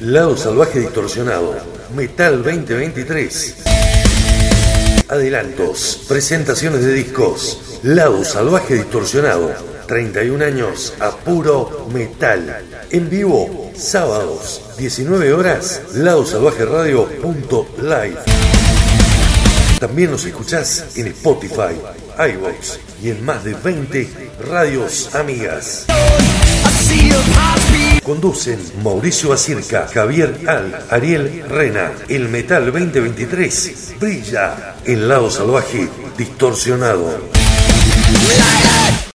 Lado Salvaje Distorsionado, Metal 2023. Adelantos, presentaciones de discos. Lado Salvaje Distorsionado, 31 años a puro metal. En vivo, sábados, 19 horas, ladosalvajeradio.live. También nos escuchás en Spotify, iVoox y en más de 20 radios amigas. Conducen Mauricio Acirca, Javier Al, Ariel Rena. El Metal 2023 brilla en Lado Salvaje Distorsionado.